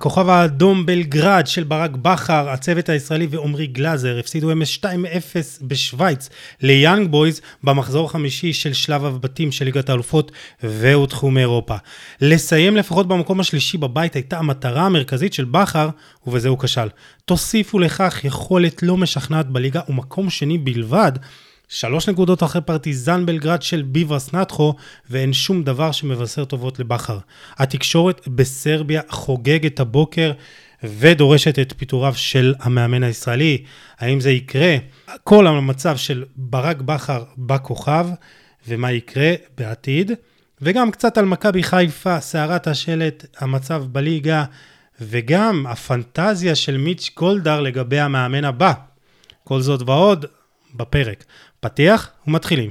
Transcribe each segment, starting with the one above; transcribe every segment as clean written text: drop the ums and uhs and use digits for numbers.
הכוכב האדום בלגרד של ברק בכר, הצוות הישראלי ועומרי גלאזר, הפסידו אמש 2-0 בשוויץ ליאנג בויז במחזור חמישי של שלב הבתים של ליגת האלופות והודחו מאירופה. לסיים לפחות במקום השלישי בבית הייתה המטרה המרכזית של בכר, ובזה הוא כשל. תוסיפו לכך יכולת לא משכנעת בליגה ומקום שני בלבד, 3 נקודות אחרי פרטיזן בלגרד של ביברס נטחו, ואין שום דבר שמבשר טובות לבכר. התקשורת בסרביה חוגגת הבוקר ודורשת את פיטוריו של המאמן הישראלי. האם זה יקרה? כל המצב של ברק בכר בכוכב, ומה יקרה בעתיד, וגם קצת על מכבי חיפה, סערת השלט, המצב בליגה, וגם הפנטזיה של מיץ' גולדהר לגבי המאמן הבא. כל זאת ועוד בפרק. פתיח ומתחילים.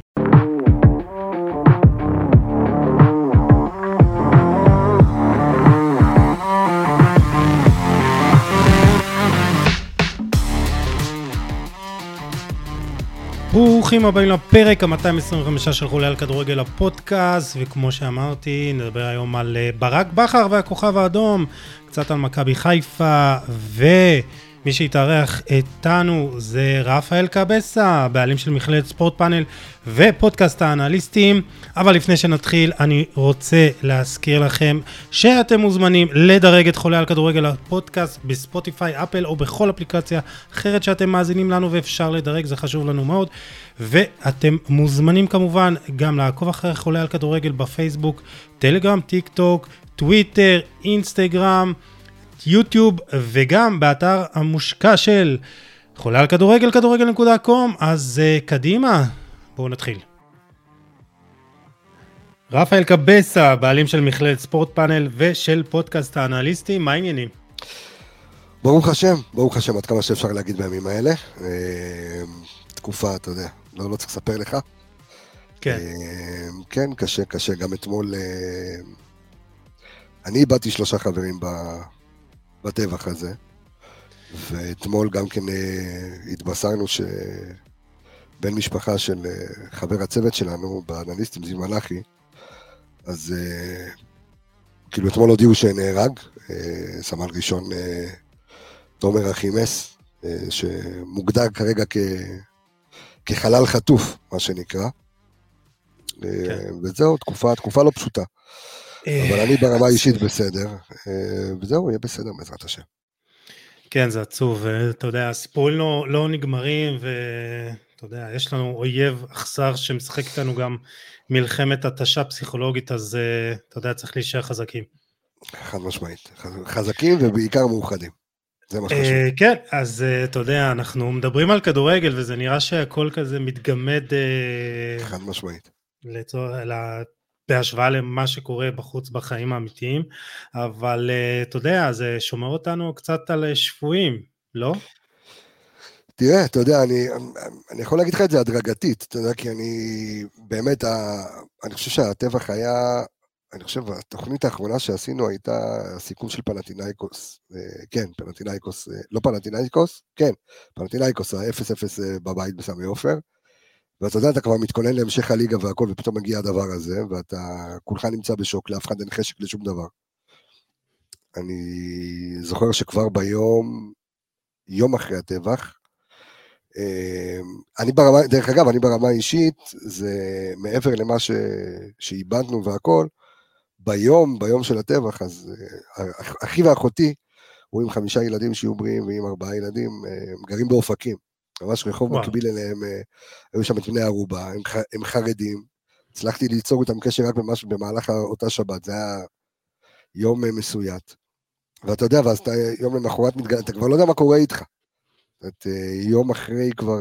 ברוכים הבאים לפרק ה-225 של חולה על כדורגל הפודקאסט, וכמו שאמרתי נדבר היום על ברק בכר והכוכב האדום, קצת על מכבי חיפה, ומי שיתארח איתנו זה רפאל קבסה, בעלים של מכללת ספורט פאנל ופודקאסט האנליסטים. אבל לפני שנתחיל אני רוצה להזכיר לכם שאתם מוזמנים לדרג את חולה על כדורגל הפודקאסט בספוטיפיי, אפל או בכל אפליקציה אחרת שאתם מאזינים לנו, ואפשר לדרג, זה חשוב לנו מאוד. ואתם מוזמנים כמובן גם לעקוב אחרי חולה על כדורגל בפייסבוק, טלגרם, טיק טוק, טוויטר, אינסטגרם, יוטיוב, וגם באתר המושקע של חולה על כדורגל, כדורגל.com. אז קדימה, בואו נתחיל. רפאל קבסה, בעלים של מכללת ספורט פאנל ושל פודקאסט האנליסטים, מה העניינים? ברוך השם, עד כמה שאפשר להגיד בימים האלה. תקופה, אתה יודע, לא צריך לספר לך. כן. כן, קשה. גם אתמול, אני איבדתי 3 חברים בטבח הזה, ואתמול גם כן התבשרנו שבן משפחה של חבר הצוות שלנו באנליסטים, זיו מלאכי, אז כאילו אתמול הודיעו שנהרג, סמל ראשון תומר אחימס, שמוגדר כרגע כחלל חטוף, מה שנקרא. וזהו, תקופה לא פשוטה. אבל אני ברמה אישית בסדר, וזהו, יהיה בסדר בעזרת השם. כן, זה עצוב, אתה יודע, הסיפורים לא נגמרים, ואתה יודע, יש לנו אויב אכזר שמשחק איתנו גם מלחמת התשה פסיכולוגית, אז אתה יודע, צריך להישאר חזקים. חד משמעית, חזקים ובעיקר מאוחדים. זה מה שחשוב. כן, אז אתה יודע, אנחנו מדברים על כדורגל, וזה נראה שהכל כזה מתגמד. חד משמעית. בהשוואה למה שקורה בחוץ בחיים האמיתיים, אבל אתה יודע, זה שומר אותנו קצת על שבויים, לא? תראה, אתה יודע, אני יכול להגיד לך את זה הדרגתית, אתה יודע, כי באמת, אני חושב שהטבח היה, אני חושב, התוכנית האחרונה שעשינו הייתה הסיכום של פנתינייקוס, כן, פנתינייקוס, לא פנתינייקוס, כן, פנתינייקוס, ה-0-0 בבית בסמי עופר, ואתה יודע, אתה כבר מתכונן להמשך הליגה והכל, ופתאום מגיע הדבר הזה, ואתה כולך נמצא בשוק, לאף אחד אין חשק לשום דבר. אני זוכר שכבר יום אחרי הטבח, דרך אגב, אני ברמה אישית, זה מעבר למה שאיבדנו והכל, ביום של הטבח, אז אחי ואחותי, הוא עם 5 ילדים שיהיו בריאים, ועם 4 ילדים, הם גרים באופקים. ממש רחוב מקביל אליהם, היו שם את בני ערובה, הם חרדים, הצלחתי ליצור איתם קשר רק במהלך אותה שבת, זה היה יום מסוית, ואתה יודע, ואז יום למחרת אתה כבר לא יודע מה קורה איתך, יום אחרי כבר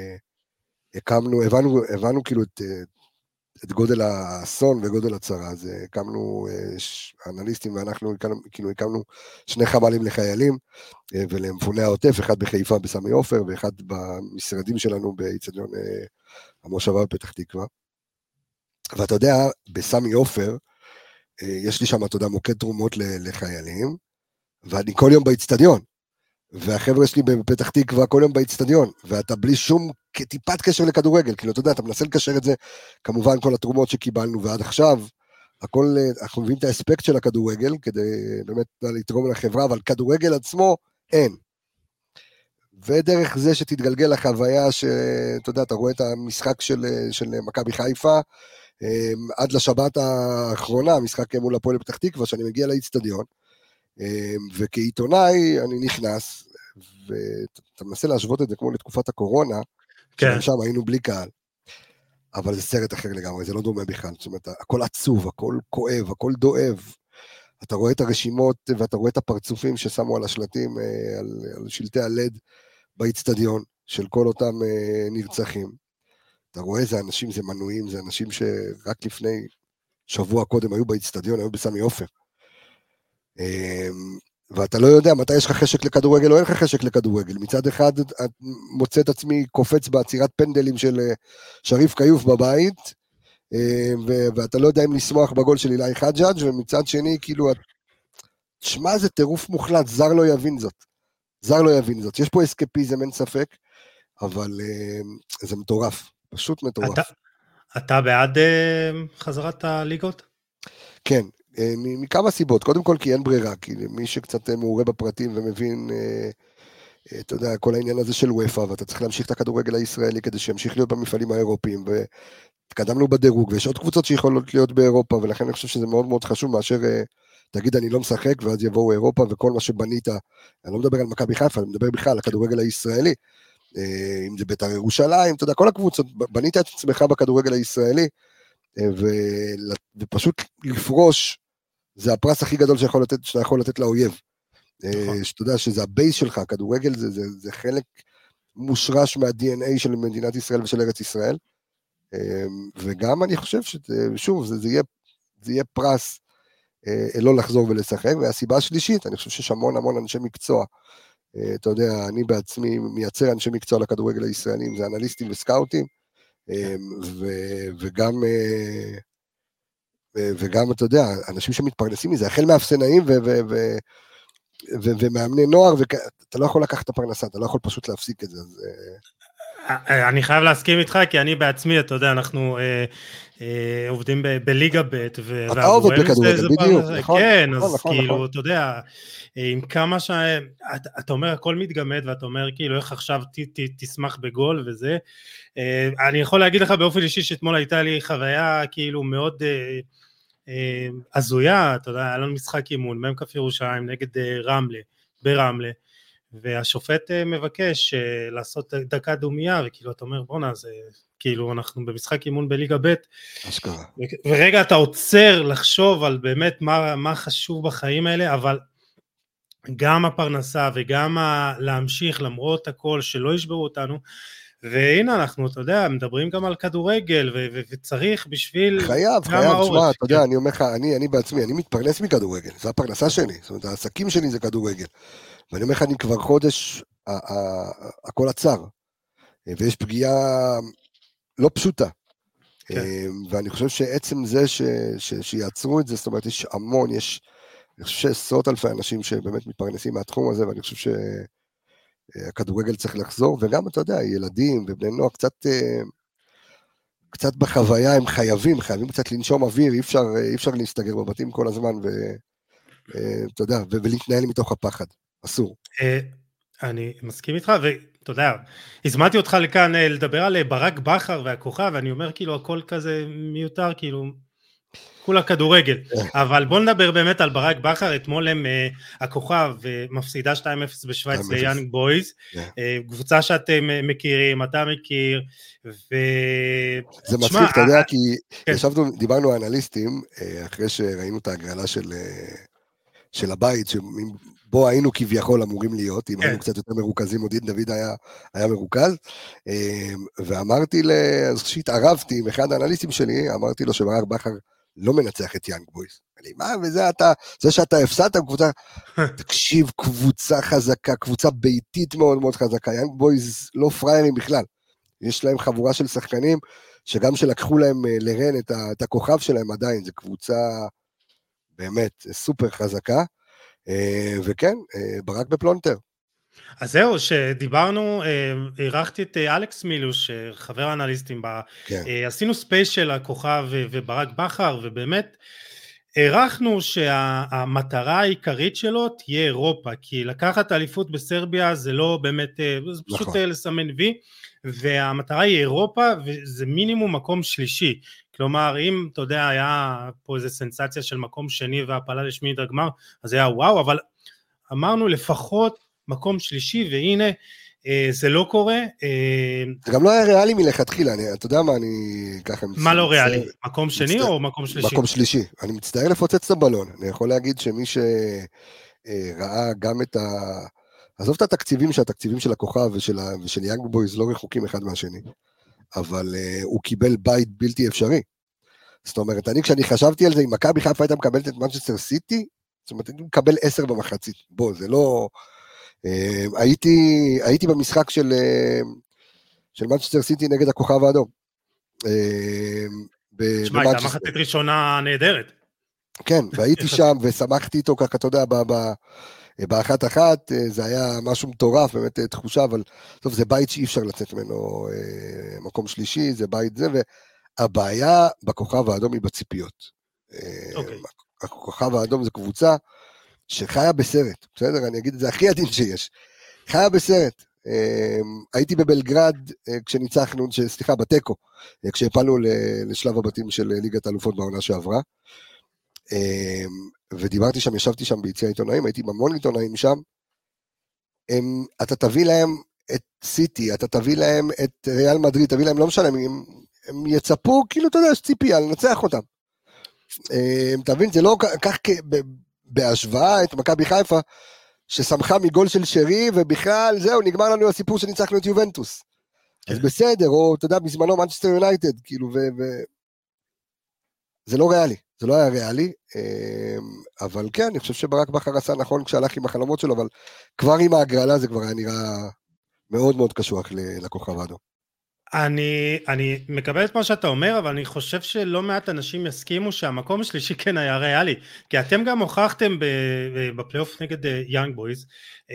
הבנו כאילו את גודל האסון וגודל הצרה, אז הקמנו אנליסטים ואנחנו כאילו הקמנו 2 חמ"לים לחיילים ולמפוני העוטף, אחד בחיפה בסמי עופר ואחד במשרדים שלנו באצטדיון המושבה בפתח תקווה. ואתה יודע, בסמי עופר יש לי שם, אתה יודע, מוקד תרומות לחיילים, ואני כל יום באצטדיון, והחבר'ה שלי בפתח תקווה כל יום באצטדיון, ואתה בלי שום טיפת קשר לכדורגל, כאילו אתה יודע, אתה מנסה לקשר את זה, כמובן כל התרומות שקיבלנו ועד עכשיו, הכל, אנחנו מביאים את האספקט של הכדורגל, כדי באמת לתרום לחברה, אבל כדורגל עצמו, אין. ודרך זה שתתגלגל לחוויה, שאתה יודע, אתה רואה את המשחק של מכבי חיפה, עד לשבת האחרונה, המשחק מול הפועל פתח תקווה, שאני מגיע לאצטדיון, וכעיתונאי אני נכנס, ואתה מנסה להשוות את זה כמו לתקופת הקורונה, כן. שם היינו בלי קהל, אבל זה סרט אחר לגמרי, זה לא דומה בכלל, זאת אומרת, הכל עצוב, הכל כואב, הכל דואב, אתה רואה את הרשימות, ואתה רואה את הפרצופים ששמו על השלטים, על שלטי הלד באצטדיון, של כל אותם נרצחים, אתה רואה זה אנשים, זה מנויים, זה אנשים שרק לפני שבוע קודם היו באצטדיון, היו בסמי עופר, ואתה לא יודע מתי יש לך חשק לכדורגל או אין לך חשק לכדורגל. מצד אחד מוצא את עצמי קופץ בעצירת פנדלים של שריף קיוף בבית, ואתה לא יודע אם לשמוח בגול של אילי חג'אג', ומצד שני כאילו, תשמע זה טירוף מוחלט, זר לא יבין זאת. זר לא יבין זאת. יש פה אסקפיזם, אין ספק, אבל זה מטורף, פשוט מטורף. אתה בעד חזרת הליגות? כן. מכמה סיבות, קודם כל כי אין ברירה, כי מי שקצת מעורה בפרטים ומבין, אתה יודע, כל העניין הזה של וופא, ואתה צריך להמשיך את הכדורגל הישראלי כדי שימשיך להיות במפעלים האירופיים, והתקדמנו בדירוג, ויש עוד קבוצות שיכולות להיות באירופה, ולכן אני חושב שזה מאוד מאוד חשוב, מאשר תגיד אני לא משחק, ואז יבואו אירופה, וכל מה שבנית, אני לא מדבר על מכבי חיפה, אני מדבר בכלל על הכדורגל הישראלי, אם זה בית"ר ירושלים, אתה יודע, כל הקבוצות, בנית את עצמך בכדורגל הישראלי, ופשוט לפרוש, זה הפרס הכי גדול שאתה יכול לתת לאויב. שאתה יודע שזה הבייס שלך, הכדורגל זה חלק מושרש מה-DNA של מדינת ישראל ושל ארץ ישראל, וגם אני חושב ששוב, זה יהיה פרס לא לחזור ולשחק, והסיבה השלישית, אני חושב שיש המון אנשי מקצוע, אתה יודע, אני בעצמי מייצר אנשי מקצוע לכדורגל הישראלי, זה אנליסטים וסקאוטים, וגם, אתה יודע, אנשים שמתפרנסים מזה, החל מאפסנאים ומאמני נוער, ואתה לא יכול לקחת את הפרנסה, אתה לא יכול פשוט להפסיק את זה. אני חייב להסכים איתך, כי אני בעצמי, אתה יודע, אנחנו עובדים בליגה ב' אתה עובד בכדורגל, בדיוק, נכון. כן, אז כאילו, אתה יודע, עם כמה אתה אומר, הכל מתגמד, ואתה אומר, כאילו, איך עכשיו תשמח בגול וזה. אני יכול להגיד לך באופן אישי, שאתמול הייתה לי חוויה, כאילו, מאוד הזויה, אתה יודע, היה לנו משחק אימון, ממקף ירושלים, נגד רמלה, ברמלה, והשופט מבקש לעשות דקה דומייה, וכאילו אתה אומר, בונה, זה כאילו אנחנו במשחק אימון בליגה ב', אשכרה. ורגע אתה עוצר לחשוב על באמת מה חשוב בחיים האלה, אבל גם הפרנסה וגם להמשיך למרות הכל שלא ישברו אותנו, והנה אנחנו, אתה יודע, מדברים גם על כדורגל, וצריך בשביל... חייב, תשמע, אתה יודע, אני אומר לך, אני בעצמי, אני מתפרנס מכדורגל, זה הפרנסה שלי, זאת אומרת, העסקים שלי זה כדורגל, ואני אומר לך, אני כבר חודש, הכל עצר, ויש פגיעה לא פשוטה, ואני חושב שעצם זה שיעצרו את זה, זאת אומרת, יש המון, אני חושב שעשרות אלפי אנשים שבאמת מתפרנסים מהתחום הזה, ואני חושב הכדורגל צריך לחזור, וגם אתה יודע, ילדים ובני נוער קצת בחוויה הם חייבים קצת לנשום אוויר, אי אפשר להסתגר בבתים כל הזמן, ואתה יודע, ולהתנהל מתוך הפחד, אסור. אני מסכים איתך, ואתה יודע, הזמנתי אותך לכאן לדבר על ברק בכר והכוכב, ואני אומר כאילו הכל כזה מיותר, כאילו כולה כדורגל, אבל בוא נדבר באמת על ברק בכר. אתמול הם הכוכב מפסידה 2-0 בשוויץ ליאנג בויז, קבוצה שאתם מכירים, אתה מכיר, זה מצחיק, אתה יודע, כי ישבנו, דיברנו האנליסטים, אחרי שראינו את ההגרלה של הבית, בו היינו כביכול אמורים להיות, אם היינו קצת יותר מרוכזים, עוד דוד היה מרוכז, ואמרתי, שהתערבתי עם אחד האנליסטים שלי, אמרתי לו שברק בכר לא מנצח את יאנג בויז. מה, וזה זה שאתה הפסדת, תקשיב, קבוצה חזקה, קבוצה ביתית מאוד מאוד חזקה, יאנג בויז לא פריירים בכלל, יש להם חבורה של שחקנים, שגם שלקחו להם לרן את הכוכב שלהם עדיין, זה קבוצה באמת סופר חזקה, וכן, ברק בפלונטר. אז זהו, שדיברנו, ערכתי את אלכס מילוש, חבר האנליסטים, עשינו ספייס של הכוכב וברק בכר, ובאמת, הערכנו שהמטרה העיקרית שלו תהיה אירופה, כי לקחת אליפות בסרביה זה לא באמת, זה פשוט נכון. לסמן וי, והמטרה היא אירופה, וזה מינימום מקום שלישי, כלומר אם אתה יודע היה פה איזה סנסציה של מקום שני והפעלה לשמינית הגמר, אז היה וואו, אבל אמרנו לפחות מקום שלישי, והנה זה לא קורה. זה גם לא היה ריאלי מלכתחילה, אתה יודע מה, אני ככה... מה לא ריאלי? מקום שני או מקום שלישי? מקום שלישי. אני מצטער לפוצץ את הבלון. אני יכול להגיד שמי שראה גם את ה... עזוב את התקציבים, שהתקציבים של הכוכב ושל יאנג בויז לא רחוקים אחד מהשני, אבל הוא קיבל בית בלתי אפשרי. זאת אומרת, כשאני חשבתי על זה, אם מכבי חיפה הייתה מקבלת את מנצ'סטר סיטי, זאת אומרת, אני מקבל 10 במחצית. בוא, זה לא... הייתי במשחק של מנצ'סטר סיטי נגד הכוכב האדום. תשמע, הייתה מחצית ראשונה נהדרת. כן, והייתי שם ושמחתי איתו ככה, אתה יודע, באחת, זה היה משהו מטורף, באמת תחושה, אבל טוב, זה בית שאי אפשר לצאת ממנו מקום שלישי, זה בית זה, והבעיה בכוכב האדום היא בציפיות. הכוכב האדום זה קבוצה שחיה בסרט, בסדר? אני אגיד את זה הכי עדין שיש. חיה בסרט. הייתי בבלגרד כשניצחנו, סליחה, בטקו, כשהפלנו לשלב הבתים של ליגת האלופות בעונה שעברה, ודיברתי שם, ישבתי שם ביציע עיתונאים, הייתי במון עיתונאים שם, אתה תביא להם את סיטי, אתה תביא להם את ריאל מדריד, תביא להם, לא משנה, הם יצפו, כאילו אתה יודע, יש ציפייה, לנצח אותם. תבין, זה לא כך בהשוואה את מכבי חיפה, ששמחה מגול של שרי, ובכלל, זהו, נגמר לנו הסיפור שניצחנו את יובנטוס. אז בסדר, או אתה יודע, בזמנו מנצ'סטר יונייטד, כאילו, זה לא ריאלי, זה לא היה ריאלי, אבל כן, אני חושב שברק בכר עשה נכון כשהלך עם החלומות שלו, אבל כבר עם ההגרלה זה כבר היה נראה מאוד מאוד קשוח לכוכב האדום. אני מקבל את מה שאתה אומר, אבל אני חושב שלא מעט אנשים יסכימו שהמקום השלישי כן היה ריאלי, כי אתם גם הוכחתם בפלייאוף נגד יאנג בויז,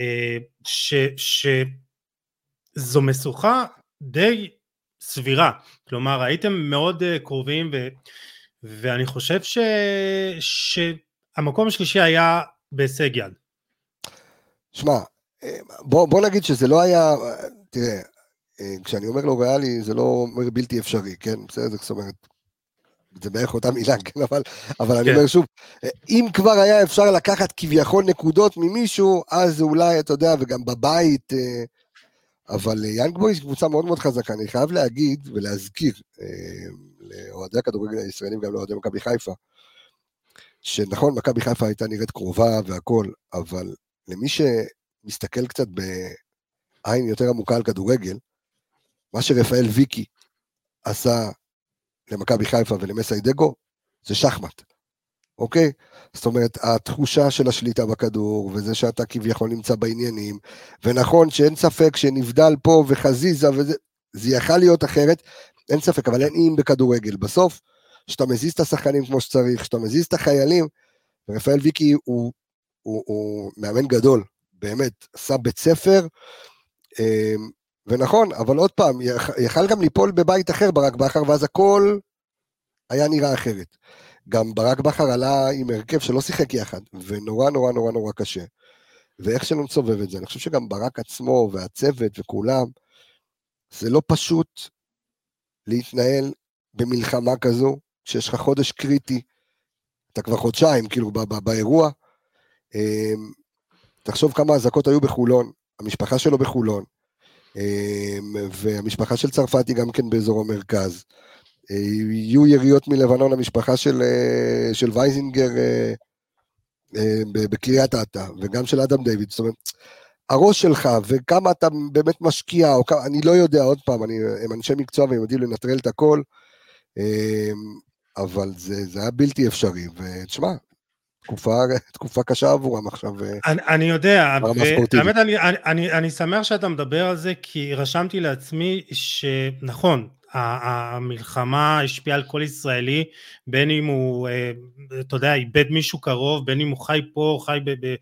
שזו משוכה די סבירה, כלומר הייתם מאוד קרובים, ואני חושב שהמקום השלישי היה בהישג יד. שמע, בוא נגיד שזה לא היה, תראה, כשאני אומר לא ריאלי, זה לא אומר בלתי אפשרי, כן? בסדר, זאת אומרת, זה בערך אותה מילה, כן? אבל אני אומר שוב, אם כבר היה אפשר לקחת כביכול נקודות ממישהו, אז אולי, אתה יודע, וגם בבית, אבל יאנג בויז קבוצה מאוד מאוד חזקה, אני חייב להגיד ולהזכיר, לאוהדי הכדורגל הישראלים, גם לאוהדי מכבי חיפה, שנכון, מכבי חיפה הייתה נראית קרובה והכל, אבל למי שמסתכל קצת בעין יותר עמוקה על כדורגל, מה שרפאל ויקי עשה למכבי חיפה ולמסיידגו, זה שחמט, אוקיי? זאת אומרת, התחושה של השליטה בכדור, וזה שאתה כביכול נמצא בעניינים, ונכון שאין ספק שנבדל פה וחזיזה, זה יכל להיות אחרת, אין ספק, אבל אין איים בכדורגל. בסוף, שאתה מזיז את השחקנים כמו שצריך, שאתה מזיז את החיילים, ורפאל ויקי הוא מאמן גדול, באמת, עשה בית ספר, ונכון, אבל עוד פעם, יכל גם ליפול בבית אחר ברק בכר, ואז הכל היה נראה אחרת. גם ברק בכר עלה עם הרכב שלא שיחק יחד, ונורא נורא נורא נורא קשה. ואיך שלא נסובב את זה, אני חושב שגם ברק עצמו והצוות וכולם, זה לא פשוט להתנהל במלחמה כזו, שיש לך חודש קריטי, אתה כבר חודשיים כאילו באירוע, תחשוב כמה הזקות היו בחולון, המשפחה שלו בחולון, והמשפחה של צרפתי גם כן באזור המרכז, יהיו יריות מלבנון, המשפחה של וייזינגר בקריית אתא, וגם של אדם דיוויד, זאת אומרת, הראש שלך, וכמה אתה באמת משקיע, או כמה, אני לא יודע, עוד פעם, הם אנשי מקצוע, והם יודעים לנטרל את הכל, אבל זה היה בלתי אפשרי, ותשמע, תקופה קשה עבורם עכשיו. אני יודע, באמת אני שמח שאתה מדבר על זה, כי רשמתי לעצמי שנכון, המלחמה השפיעה על כל ישראלי, בין אם הוא, אתה יודע, איבד מישהו קרוב, בין אם הוא חי פה, חי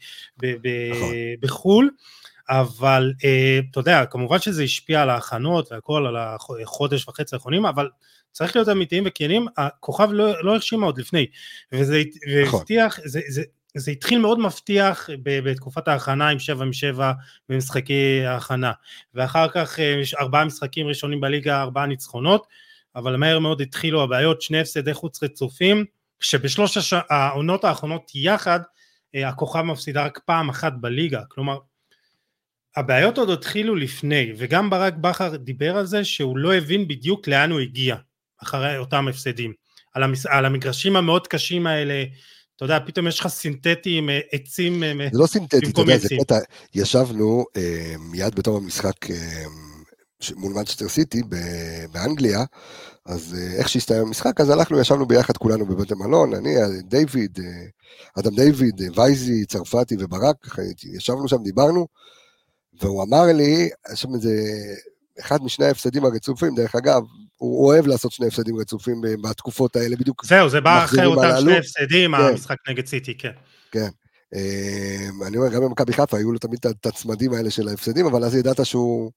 בחול, אבל אתה יודע, כמובן שזה השפיע על ההכנות והכל, על החודש וחצי האחרונים, אבל צריך להיות אמיתיים וכנים, הכוכב לא הרשימה עוד לפני, וזה הבטיח, זה התחיל מאוד מבטיח בתקופת ההכנה עם 7-7 במשחקי ההכנה, ואחר כך 4 משחקים ראשונים בליגה, 4 ניצחונות, אבל מהר מאוד התחילו הבעיות, 2 הפסדי חוץ רצופים, שבשלוש העונות האחרונות יחד, הכוכב מפסידה רק פעם אחת בליגה, כלומר, הבעיות עוד התחילו לפני, וגם ברק בכר דיבר על זה, שהוא לא הבין בדיוק לאן הוא הגיע, אחרי אותם הפסדים, על המגרשים המאוד קשים האלה, אתה יודע, פתאום יש לך סינתטיים, עצים, זה לא סינתטי, אתה יודע, זה קטע, ישבנו מיד בתום המשחק מול מנצ'סטר סיטי באנגליה, אז איך שהסתיים המשחק, אז הלכנו, ישבנו ביחד כולנו בבית המלון, אני, דיוויד, אדם דיוויד, וייזי, צרפתי וברק, ישבנו שם, דיברנו, והוא אמר לי, שם איזה, אחד משני ההפסדים הרצופים, דרך אגב, הוא אוהב לעשות 2 הפסדים רצופים בתקופות האלה, בדיוק. זהו, זה בא אחרי אותם 2 הפסדים, המשחק נגד סיטי, כן. כן. אני אומר, גם במכבי חיפה, היו לו תמיד את הצמדים האלה של ההפסדים, אבל אז ידעת שהוא,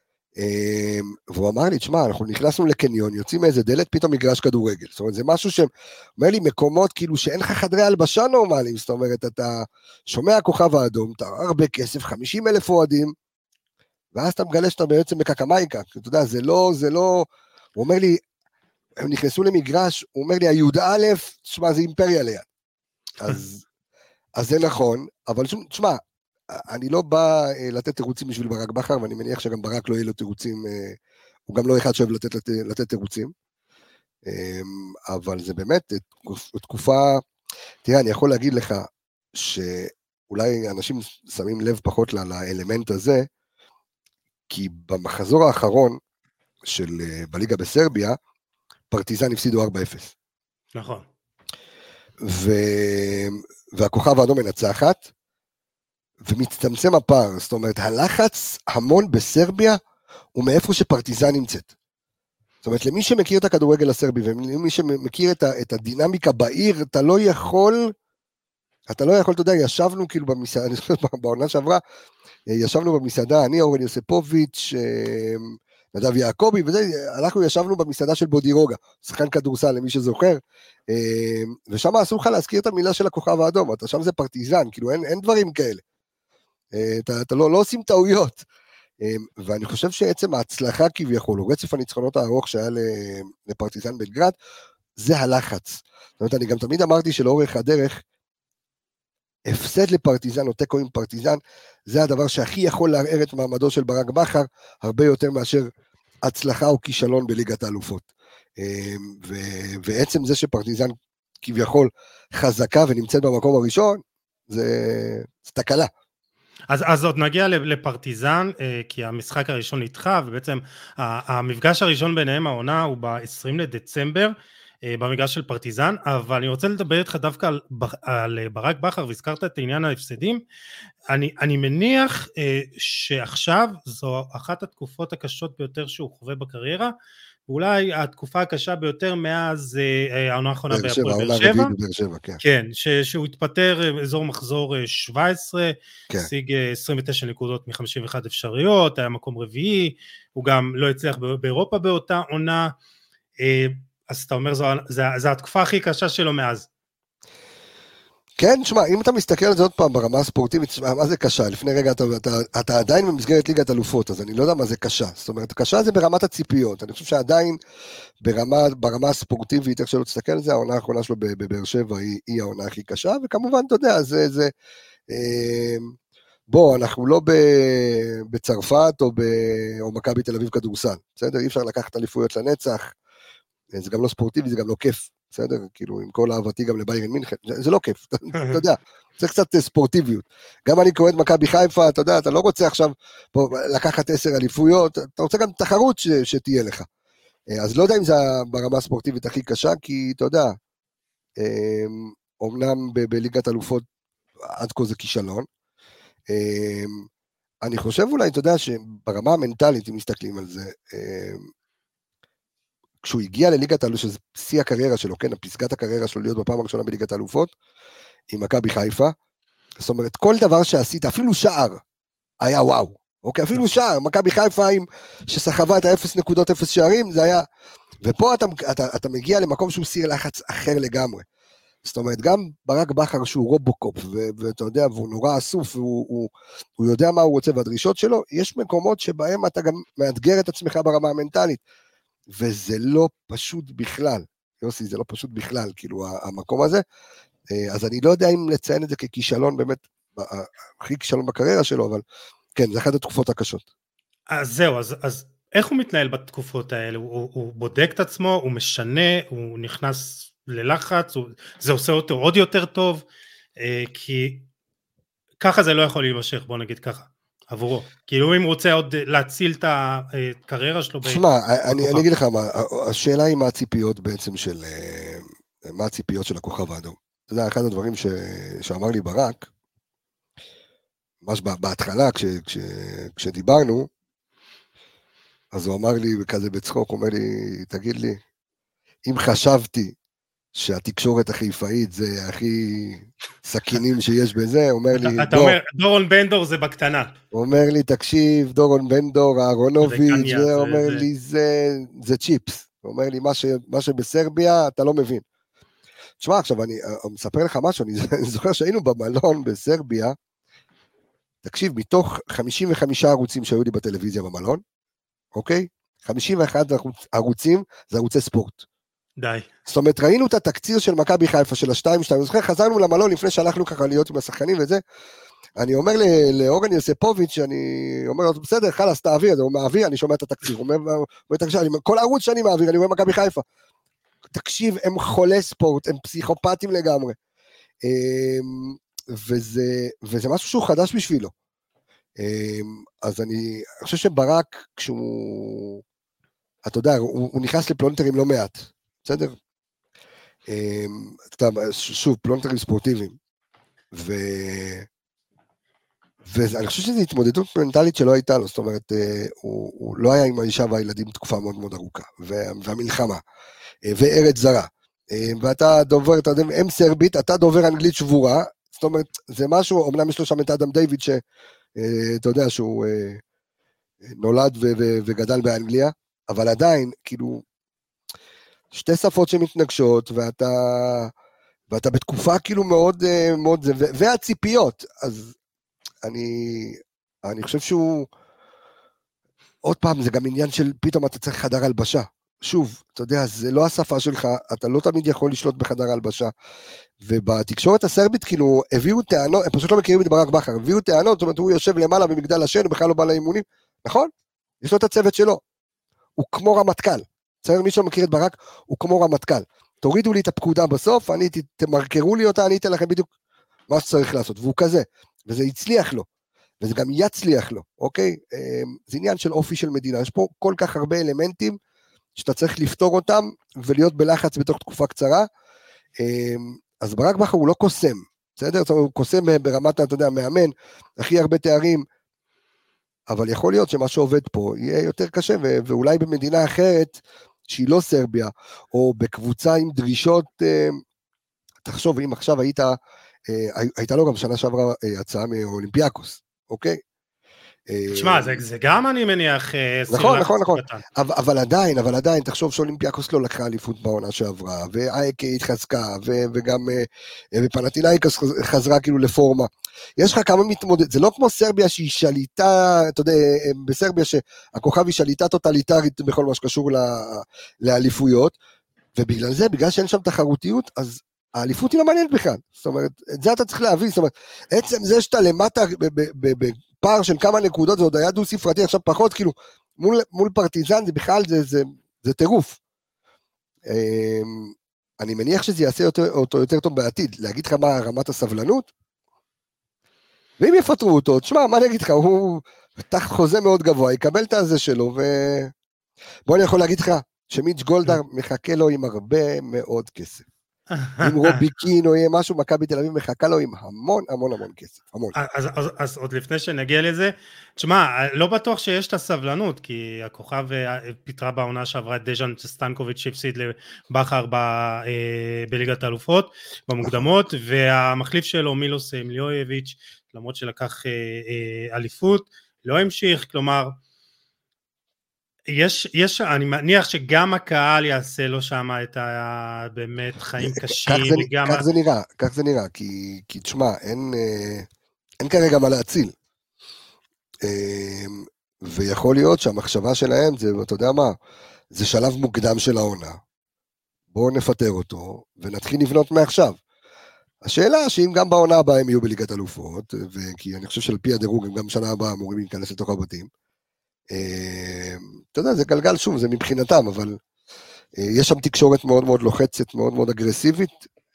והוא אמר לי, תשמע, אנחנו נכנסנו לקניון, יוצאים מאיזה דלת, פתאום מגרש כדורגל, זאת אומרת, זה משהו שאומר לי, מקומות כאילו שאין לך חדרי הלבשה נורמליים, זאת אומרת, אתה שומע כוכב האדום, אתה הרבה כסף, 50,000 אוהדים, ואז אתה מגלה שאתה בעצם בקקמייקה, אתה יודע, זה לא, הוא אומר לי, הם נכנסו למגרש, הוא אומר לי, היהודה א', תשמע, זה אימפריה ליד, אז זה נכון, אבל תשמע, אני לא בא לתת תירוצים בשביל ברק בכר, ואני מניח שגם ברק לא יהיה לו תירוצים, הוא גם לא אחד שאוהב לתת תירוצים, אבל זה באמת תקופה, תראה, אני יכול להגיד לך, שאולי אנשים שמים לב פחות לאלמנט הזה, כי במחזור האחרון, בליגה בסרביה, פרטיזן הפסידו 4-0. נכון. והכוכב האדום מנצחת, ומצטמצם הפער, זאת אומרת, הלחץ המון בסרביה, הוא מאיפה שפרטיזן נמצאת. זאת אומרת, למי שמכיר את הכדורגל הסרבי, ולמי שמכיר את הדינמיקה בעיר, אתה לא יכול, אתה יודע, ישבנו כאילו במסעדה, אני חושב בעונה שעברה, ישבנו במסעדה, אני, אורן יוספוביץ', נדב יעקובי, הלכנו ישבנו במסעדה של בודירוגה, שחקן כדורסל למי שזוכר, ושם אסור לך להזכיר את המילה של הכוכב האדום, אתה שם זה פרטיזן, כאילו אין דברים כאלה. אתה לא עושים טעויות, ואני חושב שעצם ההצלחה כביכול, או רצף הניצחונות הארוך שהיה לפרטיזן בלגרד, זה הלחץ. זאת אומרת, אני גם תמיד אמרתי שלאורך הדרך, הפסד לפרטיזן או תיקו עם פרטיזן, זה הדבר שהכי יכול לערער את מעמדו של ברק בכר, הרבה יותר מאשר הצלחה או כישלון בליגת האלופות. ועצם זה שפרטיזן כביכול חזקה ונמצאת במקום הראשון, זה תקלה. אז עוד נגיע לפרטיזן, כי המשחק הראשון נדחה, ובעצם המפגש הראשון ביניהם העונה הוא ב-20 לדצמבר, במגרש של פרטיזן, אבל אני רוצה לדבר איתך דווקא על ברק בכר, והזכרת את עניין ההפסדים, אני מניח שעכשיו זו אחת התקופות הקשות ביותר שהוא חווה בקריירה, ואולי התקופה הקשה ביותר מאז העונה האחרונה בהפועל באר שבע, כן, שהוא התפטר אזור מחזור 17, השיג 29 נקודות מ-51 אפשריות, היה מקום רביעי, הוא גם לא הצליח באירופה באותה עונה, אז אתה אומר, זו התקופה הכי קשה שלו מאז. כן, תשמע, אם אתה מסתכל על זה עוד פעם ברמה הספורטיבית, תשמע, מה זה קשה? לפני רגע אתה עדיין במסגרת ליגת אלופות, אז אני לא יודע מה זה קשה. זאת אומרת, קשה זה ברמת הציפיות. אני חושב שעדיין ברמה הספורטיבית, איך שלא תסתכל על זה, העונה האחרונה שלו בבאר שבע היא העונה הכי קשה, וכמובן, אתה יודע, בוא, אנחנו לא בצרפת או מכבי תל אביב כדורסל, בסדר? אי אפשר לקחת אליפויות לנצח, זה גם לא ספורטיבי, זה גם לא כיף, בסדר? כאילו, עם כל אהבתי גם לביירן מינכן, זה לא כיף, אתה יודע, זה קצת ספורטיביות. גם אני קורא את מכבי חיפה, אתה יודע, אתה לא רוצה עכשיו לקחת 10 אליפויות, אתה רוצה גם תחרות שתהיה לך. אז לא יודע אם זה ברמה הספורטיבית הכי קשה, כי אתה יודע, אומנם בליגת אלופות עד כה זה כישלון, אני חושב אולי, אתה יודע, שברמה המנטלית, אם מסתכלים על זה, כשהוא הגיע לליגת האלופות, שזה שיא הקריירה שלו, כן, פסגת הקריירה שלו להיות בפעם הראשונה בליגת האלופות, עם מכבי חיפה, זאת אומרת, כל דבר שעשית, אפילו שער, היה וואו, אוקיי, אפילו שער, מכבי חיפה, שסחבה את ה-0.0 שערים, זה היה, ופה אתה מגיע למקום שהוא סיר לחץ אחר לגמרי. זאת אומרת, גם ברק בכר שהוא רובוקופ, ואתה יודע, והוא נורא אסוף, הוא יודע מה הוא רוצה והדרישות שלו, יש מקומות שבהם אתה גם מאתגר את עצמך ברמה המנטלית, וזה לא פשוט בכלל, יוסי, זה לא פשוט בכלל, כאילו, המקום הזה, אז אני לא יודע אם לציין את זה ככישלון, באמת, הכי כישלון בקריירה שלו, אבל כן, זה אחת התקופות הקשות. אז זהו, אז איך הוא מתנהל בתקופות האלה? הוא בודק את עצמו, הוא משנה, הוא נכנס ללחץ, זה עושה אותו עוד יותר טוב, כי ככה זה לא יכול להימשך, בוא נגיד ככה, עבורו. כאילו אם הוא רוצה עוד להציל את הקריירה שלו. תשמע, אני אגיד לך מה, השאלה היא מה הציפיות בעצם של, מה הציפיות של הכוכב האדום. אתה יודע, אחד הדברים שאמר לי ברק, ממש בהתחלה כשדיברנו, אז הוא אמר לי כזה בצחוק, הוא אומר לי, תגיד לי, אם חשבתי שהתקשורת החיפאית זה הכי סכינים שיש בזה, אומר לי, אתה אומר, דורון בנדור זה בקטנה. הוא אומר לי, תקשיב, דורון בנדור, אהרונוביץ', זה אומר לי, זה צ'יפס. הוא אומר לי, מה שבסרביה, אתה לא מבין. תשמע, עכשיו, אני מספר לך משהו, אני זוכר שהיינו במלון בסרביה, תקשיב, מתוך 55 ערוצים שהיו לי בטלוויזיה במלון, אוקיי? 51 ערוצים זה ערוצי ספורט. די. זאת אומרת, ראינו את התקציר של מכבי חיפה, של ה-2-2, אני זוכר, חזרנו למלון לפני שהלכנו ככה להיות עם השחקנים וזה, אני אומר לאורן יוספוביץ', אני אומר לו, בסדר, חלאס, תעביר, הוא מעביר, אני שומע את התקציר, הוא אומר, תקשיב, כל ערוץ שאני מעביר, אני רואה מכבי חיפה. תקשיב, הם חולי ספורט, הם פסיכופטים לגמרי. וזה משהו שהוא חדש בשבילו. אז אני חושב שברק, כשהוא, אתה יודע, הוא נכנס לפלונטרים לא מעט, בסדר? שוב, פלונטרים ספורטיביים, ואני חושב שזו התמודדות מנטלית שלא הייתה לו, זאת אומרת, הוא לא היה עם האישה והילדים תקופה מאוד מאוד ארוכה, והמלחמה, וארץ זרה, ואתה דובר, אתה יודע, אם סרבית, אתה דובר אנגלית שבורה, זאת אומרת, זה משהו, אמנם יש לו שם את אדם דיוויד, שאתה יודע שהוא נולד וגדל באנגליה, אבל עדיין, כאילו, שתי שפות שמתנגשות, ואתה בתקופה כאילו מאוד, מאוד, והציפיות, אז אני חושב שהוא, עוד פעם, זה גם עניין של פתאום אתה צריך חדר הלבשה, שוב, אתה יודע, זה לא השפה שלך, אתה לא תמיד יכול לשלוט בחדר הלבשה, ובתקשורת הסרבית כאילו, הביאו טענות, הם פשוט לא מכירים את ברק בכר, הביאו טענות, זאת אומרת, הוא יושב למעלה במגדל השן, הוא בכלל לא בא לאימונים, נכון? יש לו את הצוות שלו, הוא כמו רמטכ"ל, צריך מי שלא מכיר את ברק, הוא כמו רמטכ"ל, תורידו לי את הפקודה בסוף, תמרקרו לי אותה, אני אתן לכם בדיוק מה שצריך לעשות, והוא כזה, וזה הצליח לו, וזה גם יצליח לו, אוקיי? זה עניין של אופי של מדינה, יש פה כל כך הרבה אלמנטים, שאתה צריך לפתור אותם, ולהיות בלחץ בתוך תקופה קצרה, אז ברק בכר הוא לא קוסם, בסדר? זאת אומרת, הוא קוסם ברמת, אתה יודע, מאמן, הכי הרבה תארים, אבל יכול להיות שמה שעובד פה יהיה יותר קשה, ואולי במדינה אחרת, שהיא לא סרביה, או בקבוצה עם דרישות, תחשוב, אם עכשיו הייתה לו גם שנה שעברה הצעה מאולימפיאקוס, אוקיי? תשמע, זה גם אני מניח, נכון, אבל עדיין, תחשוב שאולימפיאקוס לא לקחה אליפות בעונה שעברה, ואייקה התחזקה, וגם פנתינאיקוס חזרה כאילו לפורמה, יש לך כמה מתמודד, זה לא כמו סרביה שהיא שליטה, אתה יודע, בסרביה שהכוכב היא שליטה טוטליטרית בכל מה שקשור לאליפויות, ובגלל זה, בגלל שאין שם תחרותיות, אז האליפות היא לא מעניינת בכלל, זאת אומרת, את זה אתה צריך להבין, זאת אומרת, עצם זה שאתה למטה בפער של כמה נקודות, זה עוד היה דו ספרתי, עכשיו פחות, כאילו, מול פרטיזן, זה בכלל, זה טירוף. אני מניח שזה יעשה אותו יותר טוב בעתיד, להגיד לך מה רמת הסבלנות, ואם יפטרו אותו, תשמע, מה אני אגיד לך, הוא תחת חוזה מאוד גבוה, יקבל את הזה שלו, בוא אני יכול להגיד לך, שמיץ' גולדהר מחכה לו עם הרבה מאוד כסף. אם רובי קין או יהיה משהו, מכבי תל אביב מחכה לו עם המון המון המון כסף, המון. אז עוד לפני שנגיע לזה, תשמע, לא בטוח שיש את הסבלנות, כי הכוכב פיתרה בעונה שעברה את דז'אן סטנקוביץ' שהפסיד לבכר בליגת האלופות, במוקדמות, והמחליף שלו מילוס מיליויביץ', למרות שלקח אליפות, לא המשיך, כלומר, אני מניח שגם הקהל יעשה לו שם את באמת חיים קשים. כך זה נראה, כי תשמע, אין כרגע מה להציל. ויכול להיות שהמחשבה שלהם זה, אתה יודע מה, זה שלב מוקדם של העונה. בואו נפטר אותו, ונתחיל לבנות מעכשיו. השאלה שאם גם בעונה הבאה הם יהיו בליגת אלופות, כי אני חושב שעל פי הדירוג הם גם שנה הבאה אמורים להיכנס לתוך הבתים. אתה יודע, זה גלגל שוב, זה מבחינתם, אבל יש שם תקשורת מאוד מאוד לוחצת, מאוד מאוד אגרסיבית,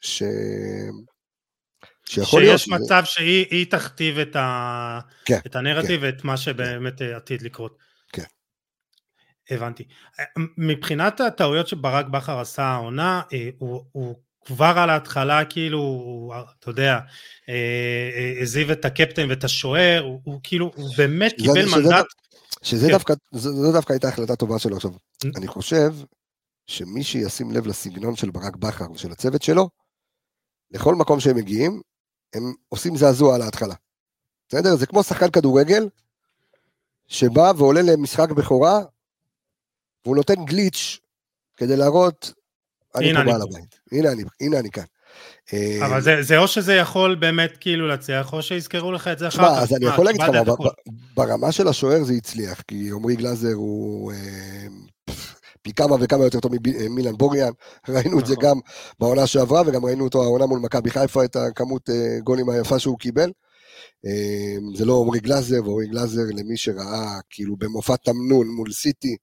שיכול להיות. שיש מצב שהיא תכתיב את הנרטיב ואת מה שבאמת עתיד לקרות. כן. הבנתי. מבחינת הטעויות שברק בכר עשה העונה, הוא כבר על ההתחלה כאילו, אתה יודע, הזיב את הקפטן ואת השוער, הוא כאילו, הוא באמת קיבל מנדט. שזה דווקא הייתה החלטה טובה שלו. עכשיו, אני חושב שמי שישים לב לסגנון של ברק בכר ושל הצוות שלו, לכל מקום שהם מגיעים, הם עושים זעזוע על ההתחלה. בסדר? זה כמו שחקן כדורגל, שבא ועולה למשחק בכורה, והוא נותן גליץ' כדי להראות, אני פה בעל הבית. הנה אני כאן. אבל זה או שזה יכול באמת כאילו להצליח, או שיזכרו לך את זה אחר כך. אז אני יכול להגיד לך, ברמה של השוער זה הצליח, כי עומרי גלאזר הוא פי כמה וכמה יותר טוב ממילן בוריאן, ראינו את זה גם בעונה שעברה, וגם ראינו אותו העונה מול מכבי חיפה, את הכמות גולים היפה שהוא קיבל. זה לא עומרי גלאזר, ועומרי גלאזר למי שראה כאילו במופע תמנון מול סיטי,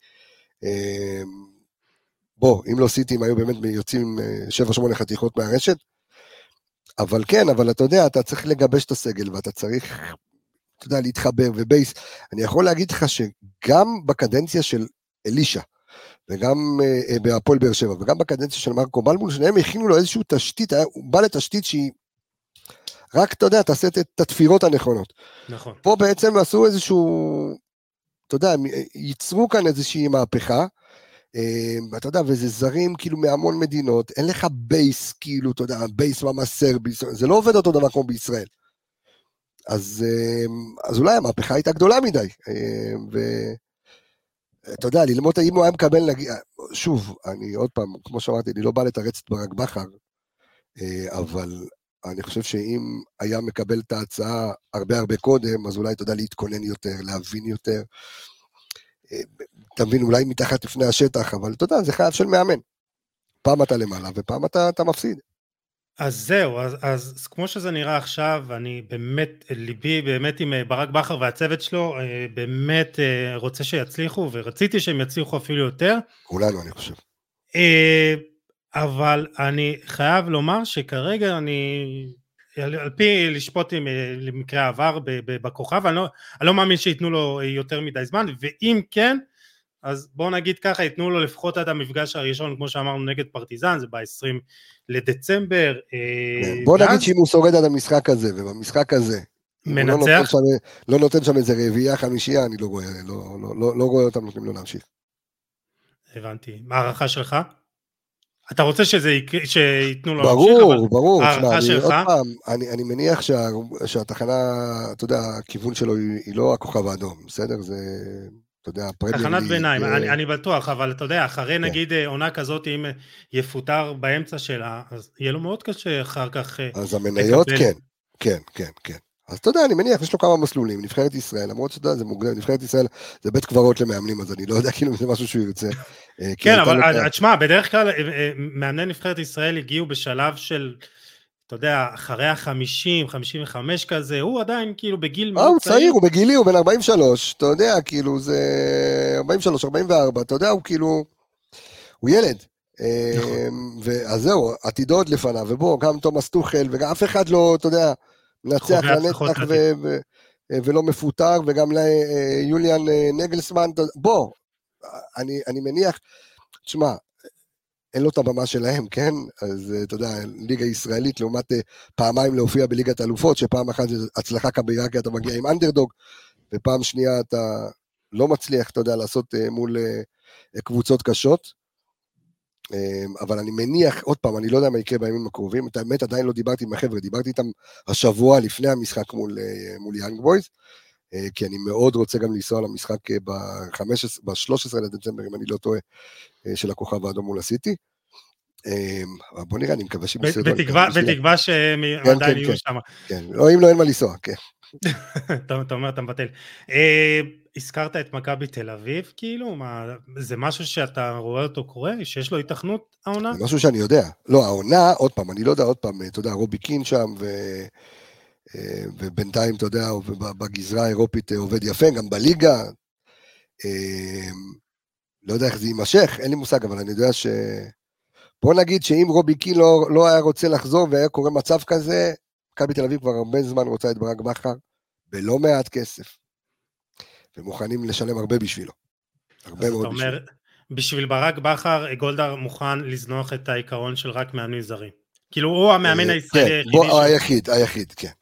אם לא סיטי, הם היו באמת יוצאים 7-8 חתיכות מהרשת, אבל כן, אבל אתה יודע, אתה צריך לגבש את הסגל, ואתה צריך, אתה יודע, להתחבר, ובייס, אני יכול להגיד לך שגם בקדנציה של אלישה, וגם בהפועל באר שבע, וגם בקדנציה של מרקו בלבול, שניהם הכינו לו איזושהי תשתית, הוא בא לתשתית שהיא, רק אתה יודע, תעשה את התפירות הנכונות. נכון. פה בעצם עשו איזשהו, אתה יודע, ייצרו כאן איזושהי מהפכה, אתה יודע, וזה זרים כאילו מהמון מדינות, אין לך בייס כאילו, אתה יודע, בייס ממש סרבי, זה לא עובד אותו דבר כמו בישראל. אז אולי המהפכה הייתה גדולה מדי, ואתה יודע, ללמוד אם הוא היה מקבל, שוב, אני עוד פעם, כמו שאמרתי, אני לא בא לתרץ את ברק בכר, אבל אני חושב שאם היה מקבל את ההצעה הרבה קודם, אז אולי אתה יודע להתכונן יותר, להבין יותר, תבין, אולי מתחת לפני השטח, אבל אתה יודע, זה חייב של מאמן. פעם אתה למעלה, ופעם אתה מפסיד. אז זהו, אז כמו שזה נראה עכשיו, אני באמת, ליבי באמת עם ברק בכר והצוות שלו, באמת רוצה שיצליחו, ורציתי שהם יצליחו אפילו יותר. כולנו, אני חושב. אבל אני חייב לומר שכרגע על פי לשפוט למקרה העבר בכוכב, אני לא מאמין שיתנו לו יותר מדי זמן, ואם כן, אז בואו נגיד ככה, ייתנו לו לפחות עד המפגש הראשון, כמו שאמרנו, נגד פרטיזן, זה ב-20 לדצמבר. בואו נגיד שאם הוא שורד עד המשחק הזה, ובמשחק הזה, מנצח? לא נותן שם איזה רביעייה, חמישייה, אני לא רואה אותם נותנים לו להמשיך. הבנתי. מה הערכה שלך? אתה רוצה שיתנו לו ברור, הערכה שלך? עוד פעם, אני מניח שהתחנה, אתה יודע, הכיוון שלו היא לא הכוכב האדום, בסדר? זה, אתה יודע, תחנת ביניים, אני בטוח, אבל אתה יודע, אחרי נגיד עונה כזאת, אם יפוטר באמצע שלה, אז יהיה לו מאוד קשה אחר כך. אז המניות, כן. אז אתה יודע, אני מניח, יש לו כמה מסלולים, נבחרת ישראל, למרות שאתה יודע, זה מוגדר, נבחרת ישראל, זה בית קברות למאמנים, אז אני לא יודע כאילו אם זה משהו שהוא ירצה. כן, אבל תשמע, בדרך כלל, מאמני נבחרת ישראל הגיעו בשלב של, אתה יודע, אחרי ה-50, 55 כזה, הוא עדיין כאילו בגיל מאוד הוא צעיר, הוא בגילי, הוא בן 43, אתה יודע, כאילו זה 43, 44, אתה יודע, הוא כאילו, הוא ילד. אז זהו, עתידו עוד לפניו, ובוא, גם תומאס טוחל, וגם אף אחד לא, אתה יודע, נצח לנצח ולא מפוטר, וגם ליוליאן נגלסמן, בוא, אני מניח, תשמע, אין לו את הבמה שלהם, כן? אז אתה יודע, ליגה ישראלית, לעומת פעמיים להופיע בליגת אלופות, שפעם אחת זה הצלחה כבירה, כי אתה מגיע עם אנדרדוג, ופעם שנייה אתה לא מצליח, אתה יודע, לעשות מול קבוצות קשות, אבל אני מניח, עוד פעם, אני לא יודע מה יקרה בימים הקרובים, את האמת עדיין לא דיברתי עם החבר'ה, דיברתי איתם השבוע לפני המשחק מול יאנג בויז, כי אני מאוד רוצה גם לנסוע למשחק ב-13 לדצמבר, אם אני לא טועה, של הכוכב האדום מול הסיטי. בוא נראה, אני מקווה שהם יסרדו. בתקווה שהם עדיין יהיו שם. כן, לא, אם לא, אין מה לנסוע, כן. אתה אומר, אתה מבטל. הזכרת את מכבי תל אביב, כאילו, זה משהו שאתה רואה אותו קורה, שיש לו התכנות העונה? זה משהו שאני יודע. לא, העונה, עוד פעם, אני לא יודע, עוד פעם, אתה יודע, רובי קין שם, ובינתיים, אתה יודע, בגזרה האירופית עובד יפה, גם בליגה. לא יודע איך זה יימשך, אין לי מושג, אבל אני יודע בוא נגיד שאם רובי קין לא היה רוצה לחזור, והיה קורה מצב כזה, מכבי תל אביב כבר הרבה זמן רוצה את ברק בכר, בלא מעט כסף. ומוכנים לשלם הרבה בשבילו. הרבה מאוד בשבילו. אומר, בשביל ברק בכר, גולדהר מוכן לזנוח את העיקרון של רק מאמנים זרים. כאילו הוא המאמן הישראלי היחיד, כן.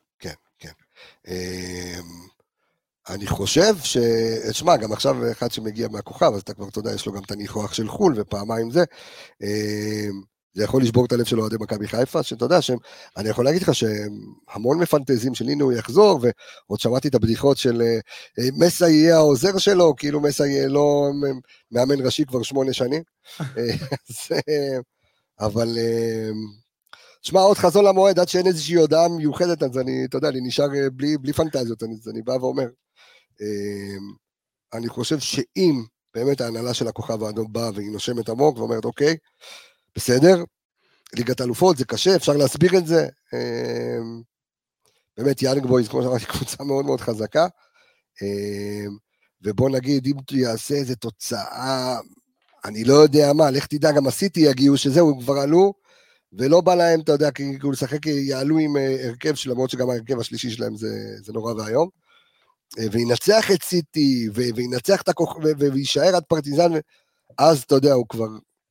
אני חושב תשמע, גם עכשיו אחד שמגיע מהכוכב, אז אתה כבר, אתה יודע, יש לו גם את הניחוח של חול, ופעמיים זה יכול לשבור את הלב של אוהדי מכבי חיפה, שאתה יודע, אני יכול להגיד לך שהמון מפנטזים של הנה הוא יחזור, ועוד שמעתי את הבדיחות של מסה יהיה העוזר שלו, כאילו מסה יהיה לא מאמן ראשי כבר 8 שנים, אבל תשמע, עוד חזון למועד, עד שאין איזושהי הודעה מיוחדת, אז אני, אתה יודע, אני נשאר בלי פנטזיות, אני בא ואומר, אני חושב שאם באמת ההנהלה של הכוכב האדום באה והיא נושמת עמוק ואומרת, אוקיי, בסדר, ליגת אלופות, זה קשה, אפשר להסביר את זה, באמת יאנג בויז, כמו שאמרתי, קבוצה מאוד מאוד חזקה, ובוא נגיד, אם יעשה איזו תוצאה, אני לא יודע מה, לך תדע, גם הסיטי יגיעו, שזהו, הם כבר עלו, ולא בא להם, אתה יודע, כאילו לשחק יעלו עם הרכב, למרות שגם ההרכב השלישי שלהם זה נורא והיום, וינצח את סיטי, וינצח את הכוכב, ויישאר עד פרטיזן, אז אתה יודע, הוא כבר,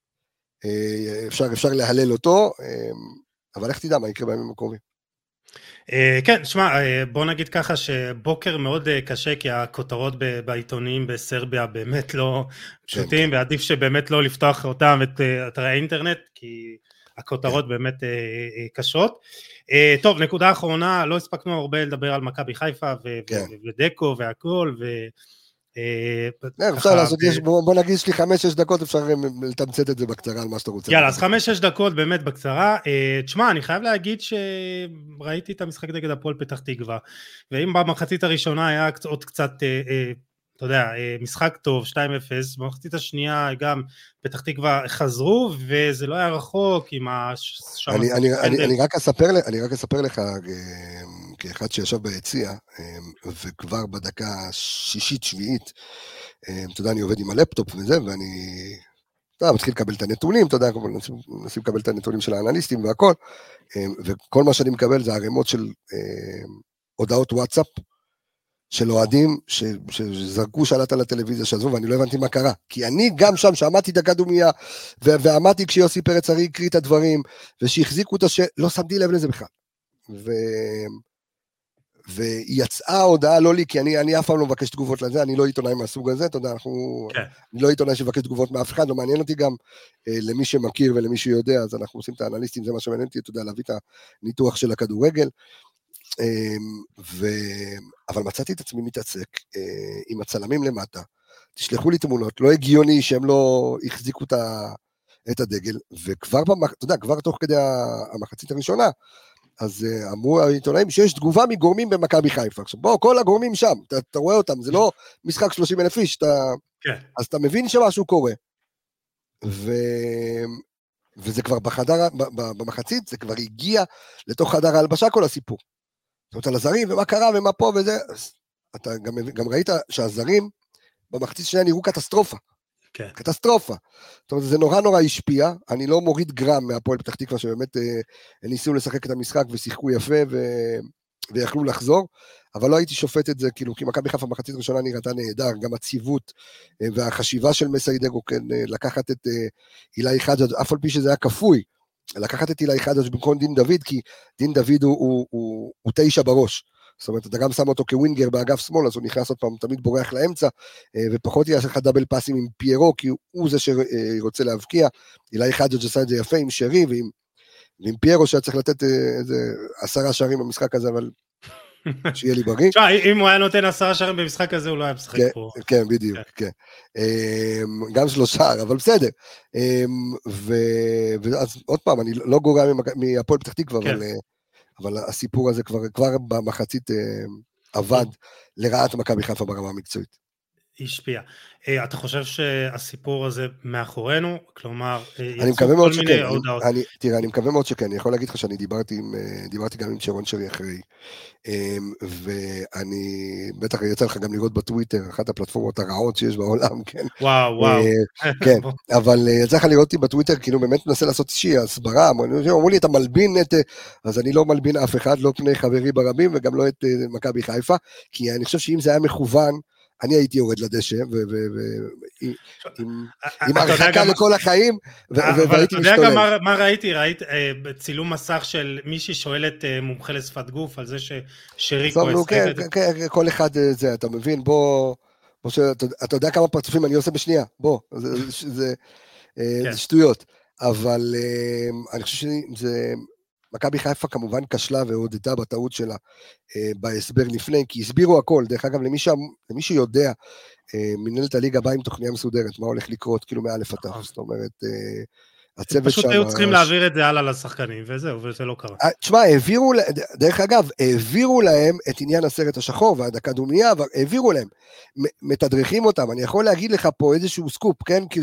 אפשר להלל אותו, אבל איך תדע מה יקרה בימים הקרובים? כן, שמע, בוא נגיד ככה שבוקר מאוד קשה, כי הכותרות בעיתונים בסרביה באמת לא פשוטים, ועדיף שבאמת לא לפתוח אותם את אתרי האינטרנט, כי הכותרות באמת קשות. טוב, נקודה אחרונה, לא הספקנו הרבה לדבר על מכבי חיפה ודקו והכל, אפשר לעשות, בוא נגיד יש לי 5-6 דקות, אפשר לתמצת את זה בקצרה על מה שאתה רוצה. יאללה, אז 5-6 דקות באמת בקצרה. תשמע, אני חייב להגיד שראיתי את המשחק נגד הפועל פתח תקווה, ואם במחצית הראשונה היה עוד קצת, אתה יודע, משחק טוב, 2-0, במחצית השנייה גם פתח תקווה חזרו, וזה לא היה רחוק עם אני רק אספר לך, כאחד שישב ביציע, וכבר בדקה 6-7, אתה יודע, אני עובד עם הלפטופ וזה, ואני מתחיל לקבל את הנתונים, אתה יודע, מנסים לקבל את הנתונים של האנליסטים והכל, וכל מה שאני מקבל זה הרמות של הודעות וואטסאפ, של אוהדים שזרקו שלט על הטלוויזיה שעזבו, ואני לא הבנתי מה קרה, כי אני גם שם שעמדתי דקה דומיה, ועמדתי כשיוסי פרץ הרי הקריא את הדברים, ושהחזיקו את לא שמתי לב לזה בכלל, ויצאה הודעה, לא לי, כי אני אף פעם לא מבקש תגובות לזה, אני לא עיתונאי מהסוג הזה, אתה יודע, אני לא עיתונאי שמבקש תגובות מאף אחד, לא מעניין אותי גם למי שמכיר ולמי שיודע, אז אנחנו עושים את האנליסטים, זה מה שמעניין אותי, אתה יודע, להביא את הניתוח של הכדורגל, אבל מצאתי את עצמי מתעסק עם הצלמים למטה, תשלחו לי תמונות, לא הגיוני שהם לא החזיקו את הדגל, וכבר, אתה יודע, כבר תוך כדי המחצית הראשונה, אז אמרו העיתונאים שיש תגובה מגורמים במכבי חיפה, עכשיו בואו, כל הגורמים שם, אתה רואה אותם, זה לא משחק 30,000 איש, אז אתה מבין שמשהו קורה, וזה כבר במחצית, זה כבר הגיע לתוך חדר ההלבשה כל הסיפור, זאת אומרת, על הזרים, ומה קרה, ומה פה, וזה, אתה גם ראית שהזרים, במחצית שנייה נראו קטסטרופה. כן. קטסטרופה. זאת אומרת, זה נורא נורא השפיע, אני לא מוריד גרם מהפועל פתח תקווה, שבאמת ניסו לשחק את המשחק, ושיחקו יפה, ויכלו לחזור, אבל לא הייתי שופט את זה, כאילו, כי מכבי חיפה במחצית ראשונה נראתה נהדר, גם הציוות, והחשיבה של מסיידגו, כן, לקחת את אילי חג'ג', אף על פי שזה היה כפוי, לקחת את אילי חג'ג' במקום דין דוד, כי דין דוד הוא 9 בראש, זאת אומרת, אתה גם שם אותו כווינגר באגף שמאל, אז הוא נכנס עוד פעם, תמיד בורח לאמצע, ופחות יעשה לך דאבל פאסים עם פיירו, כי הוא זה שרוצה להבקיע, אילי חג'ג' עשה את זה יפה עם שרי, ועם פיירו שהיה צריך לתת איזה 10 שערים במשחק הזה, אבל שיהיה לי בריא. תשמע, אם הוא היה נותן 10 שערים במשחק הזה, הוא לא היה משחק פה. כן, בדיוק, כן. גם 3, אבל בסדר. ואז עוד פעם, אני לא גורע מהפועל פתח תקווה, אבל הסיפור הזה כבר במחצית עבד לרעת מכבי חיפה ברמה המקצועית. השפיע. אתה חושב שהסיפור הזה מאחורינו? כלומר, אני מקווה מאוד שכן. תראה, אני מקווה מאוד שכן. אני יכול להגיד לך שאני דיברתי גם עם שרון שרי אחרי, ואני, בטח יצא לך גם לראות בטוויטר, אחת הפלטפורמות הרעות שיש בעולם, כן? וואו. כן, אבל יצא לך לראות אותי בטוויטר, כאילו באמת מנסה לעשות איזושהי הסברה, אמרו לי, אתה מלבין אז אני לא מלבין אף אחד, לא פני חברי ברבים, וגם לא את מכבי חיפה, כי אני חושב שאם זה היה מכוון, אני הייתי יורד לדשא, עם הרחקה לכל החיים, והייתי משתולל. אתה יודע גם מה ראיתי? ראיתי צילום מסך של מישהי שואלת מומחה לשפת גוף, על זה ששרי כועס. כן, כל אחד זה, אתה מבין, בוא, אתה יודע כמה פרצופים אני עושה בשנייה, בוא, זה שטויות, אבל אני חושב שזה... מכבי חיפה כמובן כשלה והודתה בטעות שלה בהסבר לפני, כי הסבירו הכל, דרך אגב למי שיודע, מנהלת הליגה באה עם תוכניה מסודרת, מה הולך לקרות, כאילו מאלף עד תף, זאת אומרת, הצוות שם... פשוט היו צריכים להעביר את זה הלאה לשחקנים, וזהו, וזה לא קרה. תשמע, דרך אגב, העבירו להם את עניין הסרט השחור והדקה דומייה, העבירו להם, מתדרכים אותם, אני יכול להגיד לך פה איזשהו סקופ, כן, כאילו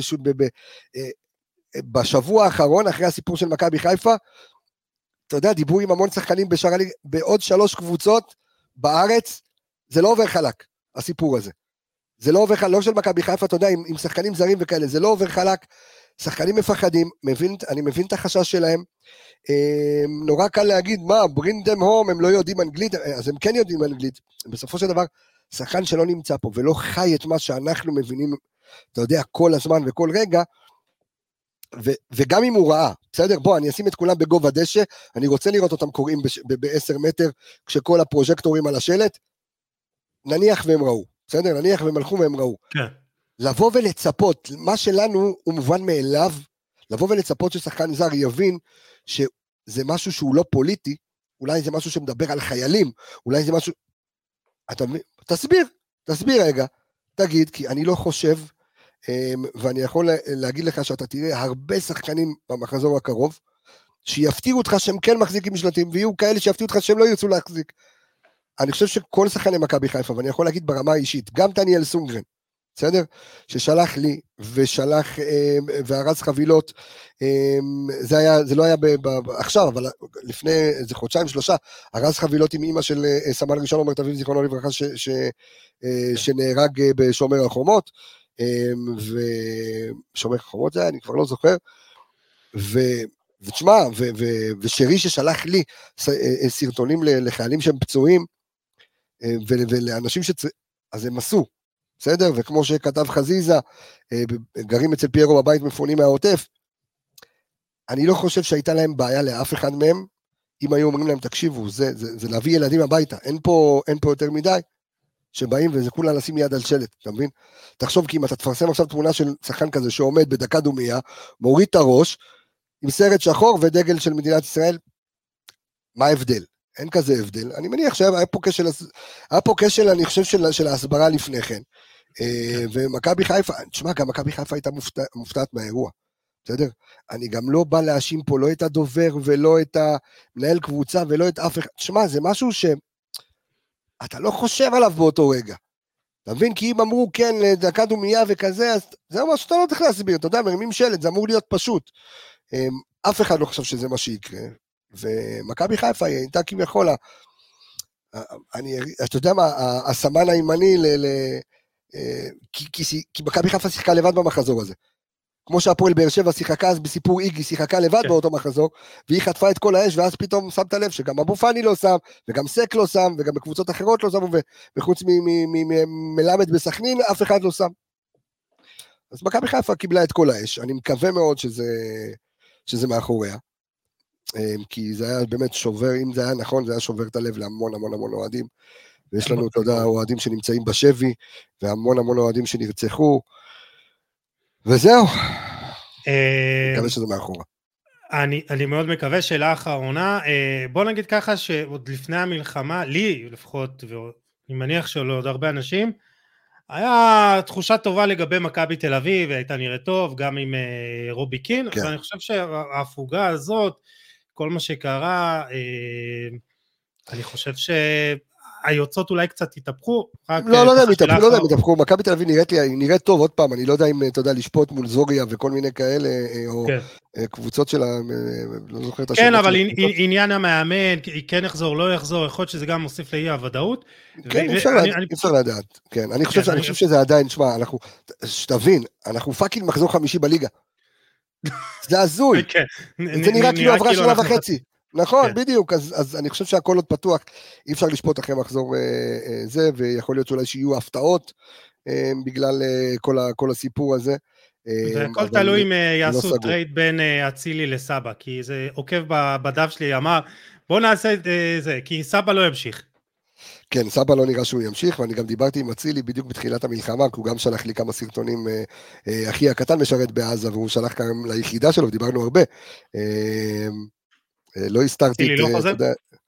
בשבוע האחרון, אחרי הסיפור של מכבי חיפה, אתה יודע, דיבור עם המון שחקנים בעוד 3 קבוצות בארץ, זה לא עובר חלק, הסיפור הזה. זה לא עובר חלק, לא של מכבי חיפה, אתה יודע, עם שחקנים זרים וכאלה, זה לא עובר חלק, שחקנים מפחדים, אני מבין את החשש שלהם, נורא קל להגיד, מה, bring them home, הם לא יודעים אנגלית, אז הם כן יודעים אנגלית, בסופו של דבר, שחקן שלא נמצא פה, ולא חי את מה שאנחנו מבינים, אתה יודע, כל הזמן וכל רגע, וגם אם הוא ראה, בסדר? בוא, אני אשים את כולם בגובה דשא, אני רוצה לראות אותם קוראים ב10 מטר, כשכל הפרוז'קטורים על השלט, נניח והם ראו, בסדר? נניח והם הלכו והם ראו. כן. לבוא ולצפות, מה שלנו הוא מובן מאליו, לבוא ולצפות ששחקן זר יבין, שזה משהו שהוא לא פוליטי, אולי זה משהו שמדבר על חיילים, אולי זה משהו... תסביר רגע, תגיד, כי אני לא חושב, ואני יכול להגיד לך שאתה תראה הרבה שחקנים במחזור הקרוב, שיפתיעו אותך שהם כן מחזיקים שלטים, ויהיו כאלה שיפתיעו אותך שהם לא ירצו להחזיק. אני חושב שכל שחקני מכבי חיפה, ואני יכול להגיד ברמה האישית, גם דניאל סונגרן, בסדר? ששלח לי, ושלח, והרז חבילות, זה לא היה עכשיו, אבל לפני איזה 2-3, הרז חבילות עם אמא של סמל ראשון עומר תביב זיכרונו לברכה, שנהרג בשומר החומות, ושומר החומות זה, אני כבר לא זוכר, ותשמע, ושרי ששלח לי סרטונים לחיילים שהם פצועים, ולאנשים אז הם עשו, בסדר? וכמו שכתב חזיזה, גרים אצל פיירו בבית מפונים מהעוטף, אני לא חושב שהייתה להם בעיה לאף אחד מהם, אם היו אומרים להם, תקשיבו, זה להביא ילדים הביתה, אין פה יותר מדי, שבאים וזה כולה לשים יד על שלט, אתה מבין? תחשוב, כי אם אתה תפרסם עכשיו תמונה של שחקן כזה, שעומד בדקה דומייה, מוריד את הראש, עם סרט שחור ודגל של מדינת ישראל, מה ההבדל? אין כזה הבדל. אני מניח שהיה פה כשל, אני חושב, של ההסברה לפני כן. ומכבי חיפה, תשמע, גם מכבי חיפה הייתה מופתעת מהאירוע. בסדר? אני גם לא בא להאשים פה, לא את הדובר, ולא את המנהל קבוצה, ולא את אף אחד. תשמע, זה משהו שאתה לא חושב עליו באותו רגע. אתה מבין? כי אם אמרו, כן, דקה דומייה וכזה, אז זה מה שאתה לא צריך להסביר. אתה יודע, מרימים שלט, זה אמור להיות פשוט. אף אחד לא חושב שזה מה שיקרה. ומכבי חיפה היא הייתה כביכול, אתה יודע מה, הסמן הימני, כי מכבי חיפה שיחקה לבד במחזור הזה. כמו שהפועל באר שבע שיחקה אז בסיפור איגי, שיחקה לבד באותו מחזור, והיא חטפה את כל האש, ואז פתאום שמת לב שגם אבו פאני לא שם, וגם סק לא שם, וגם בקבוצות אחרות לא שמו, וחוץ מלמד בסכנין, אף אחד לא שם. אז מכבי חיפה קיבלה את כל האש, אני מקווה מאוד שזה מאחוריה, כי זה היה באמת שובר, אם זה היה נכון, זה היה שובר את הלב להמון המון המון אוהדים, ויש לנו, אתה יודע, אוהדים שנמצאים בשבי, והמון המון אוהדים שנרצחו, וזהו. מקווה שזה מאחורה. אני מאוד מקווה. שאלה אחרונה, בוא נגיד ככה שעוד לפני המלחמה, לי לפחות, ואני מניח שלעוד הרבה אנשים, היה תחושה טובה לגבי מכבי תל אביב, הייתה נראית טוב, גם עם רובי קין, כן. ואני חושב שההפוגה הזאת, כל מה שקרה, אני חושב שהיוצאות אולי קצת התהפכו. לא יודע אם התהפכו, מכבי תל אביב נראית טוב, עוד פעם, אני לא יודע אם אתה יודע לשפוט מול זוריה וכל מיני כאלה, או קבוצות של, לא זוכר את השמות. כן, אבל עניין המאמן, כן יחזור, לא יחזור, יכול להיות שזה גם מוסיף לאי הוודאות. כן, אפשר לדעת, כן, אני חושב שזה עדיין, שמה, שתבין, אנחנו פאקינג מחזור 5 בליגה. זה הזוי, זה נראה כאילו עברה שנה וחצי. נכון, בדיוק, אז אני חושב שהכל עוד פתוח, אי אפשר לשפוט אחרי מחזור זה, ויכול להיות שאולי שיהיו הפתעות, בגלל כל הסיפור הזה. והכל תלוי אם יעשו טרייד בין אצילי לסבא, כי זה עוקב בדף שלי, אמר, בוא נעשה את זה, כי סבא לא ימשיך. כן, סבא לא נראה שהוא ימשיך, ואני גם דיברתי עם אצילי בדיוק בתחילת המלחמה, כי הוא גם שלח לי כמה סרטונים, אחי הקטן משרת בעזה, והוא שלח גם ליחידה שלו, ודיברנו הרבה. לא הסתרתי אצילי לא חוזר?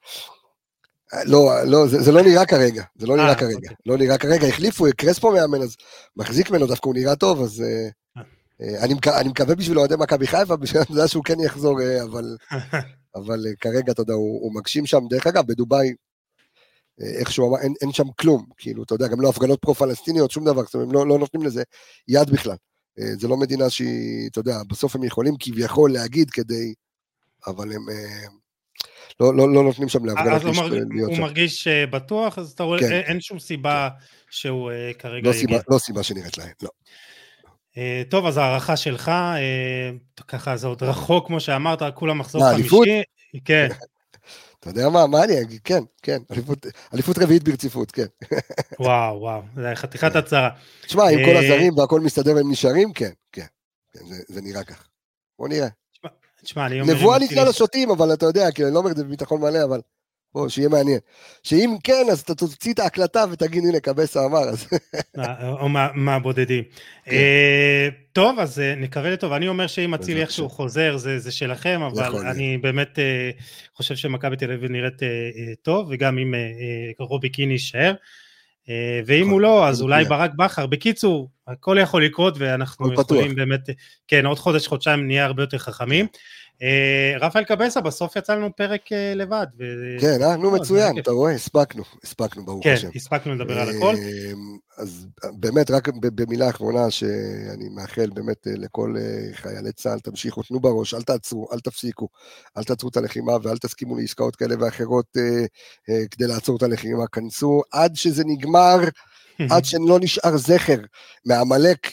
לא, זה לא נראה כרגע, לא נראה כרגע, החליפו, קרספו מאמן, אז מחזיק ממנו, דווקא הוא נראה טוב, אז אני מקווה בשביל אוהדי מכבי חיפה, בשביל לדעת שהוא כן יחזור, אבל כרגע, אתה יודע, הוא מגשים שם, דרך אגב, בדוביי, איכשהו אמר, אין שם כלום, כאילו, אתה יודע, גם לא הפגנות פרו-פלסטיניות, שום דבר, הם לא נותנים לזה יד בכלל, זה לא מדינה שהיא, אתה יודע, בסוף הם יכולים כביכול להגיד כדי, אבל הם לא נותנים שם להפגנות. אז הוא מרגיש בטוח, אז אתה רואה, אין שום סיבה שהוא כרגע יגיע. לא סיבה שנראית להם, לא. טוב, אז הערכה שלך, ככה זה עוד רחוק, כמו שאמרת, כולם מחזור 5. אליפות? כן. אתה יודע מה אני אגיד? כן, אליפות רביעית ברציפות, כן. וואו, זה חתיכת הצהרה. תשמע, עם כל הזרים והכל מסתדר והם נשארים, כן, זה נראה כך. בוא נראה. נבואה ניתנה לשוטים, אבל אתה יודע, כי אני לא אומר את זה בביטחון מלא, אבל בוא, שיהיה מעניין. שאם כן, אז אתה תוציא את ההקלטה ותגיד, הנה, קבסה אמר, אז... או מהבודדים. טוב, אז נקווה לטוב. אני אומר שאם אצילי איכשהו חוזר, זה שלכם, אבל אני באמת חושב שמכבי תל אביב נראית טוב, וגם אם רובי קין יישאר, ואם הוא לא, אז אולי ברק בכר. בקיצור, הכל יכול לקרות, ואנחנו יכולים באמת, כן, עוד חודש-חודשיים נהיה הרבה יותר חכמים. רפאל קבסה, בסוף יצא לנו פרק לבד. כן, נו מצוין, אתה רואה, הספקנו ברוך השם. כן, הספקנו לדבר על הכל. אז באמת, רק במילה האחרונה, שאני מאחל באמת לכל חיילי צה"ל, תמשיכו, תנו בראש, אל תעצרו, אל תפסיקו, אל תעצרו את הלחימה, ואל תסכימו לעסקאות כאלה ואחרות, כדי לעצור את הלחימה, כנסו עד שזה נגמר, עד שלא נשאר זכר מהמלאק,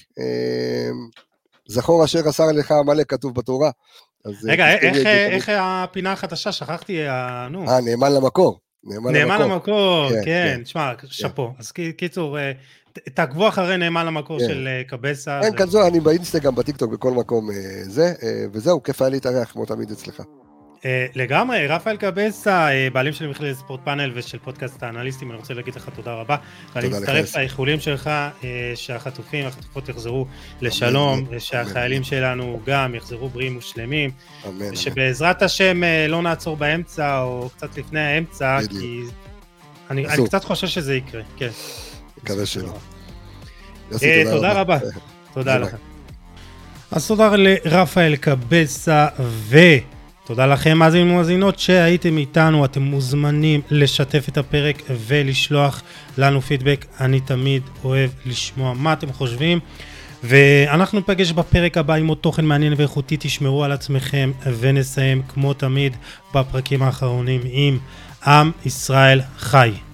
זכור אשר עשה לך המלאק, כתוב בתורה. רגע, איך הפינה החדשה? שכחתי, נו. נאמן למקור. נאמן למקור, כן, תשמע, שפו. אז קיצור, תעקבו אחרי נאמן למקור של קבסה. אין כזו, אני באינסטגרם, בטיקטוק, בכל מקום זה, וזהו, כיף היה להתארח, כמו תמיד אצלך. לגמרי, רפאל קבסה, בעלים של מכללת ספורט פאנל ושל פודקאסט האנליסטים, אני רוצה להגיד לך תודה רבה, ואני מצטרף לאיחולים שלך, שהחטופים, החטופות יחזרו לשלום, שהחיילים שלנו גם יחזרו בריאים ושלמים, ושבעזרת השם לא נעצור באמצע, או קצת לפני האמצע, כי אני קצת חושב שזה יקרה, כן. מקווה שלא. תודה רבה. תודה לך. אז תודה לרפאל קבסה תודה לכם מאזינים ומאזינות שהייתם איתנו, אתם מוזמנים לשתף את הפרק ולשלוח לנו פידבק, אני תמיד אוהב לשמוע מה אתם חושבים, ואנחנו נפגש בפרק הבא עם עוד תוכן מעניין ואיכותי, תשמרו על עצמכם ונסיים כמו תמיד בפרקים האחרונים עם עם ישראל חי.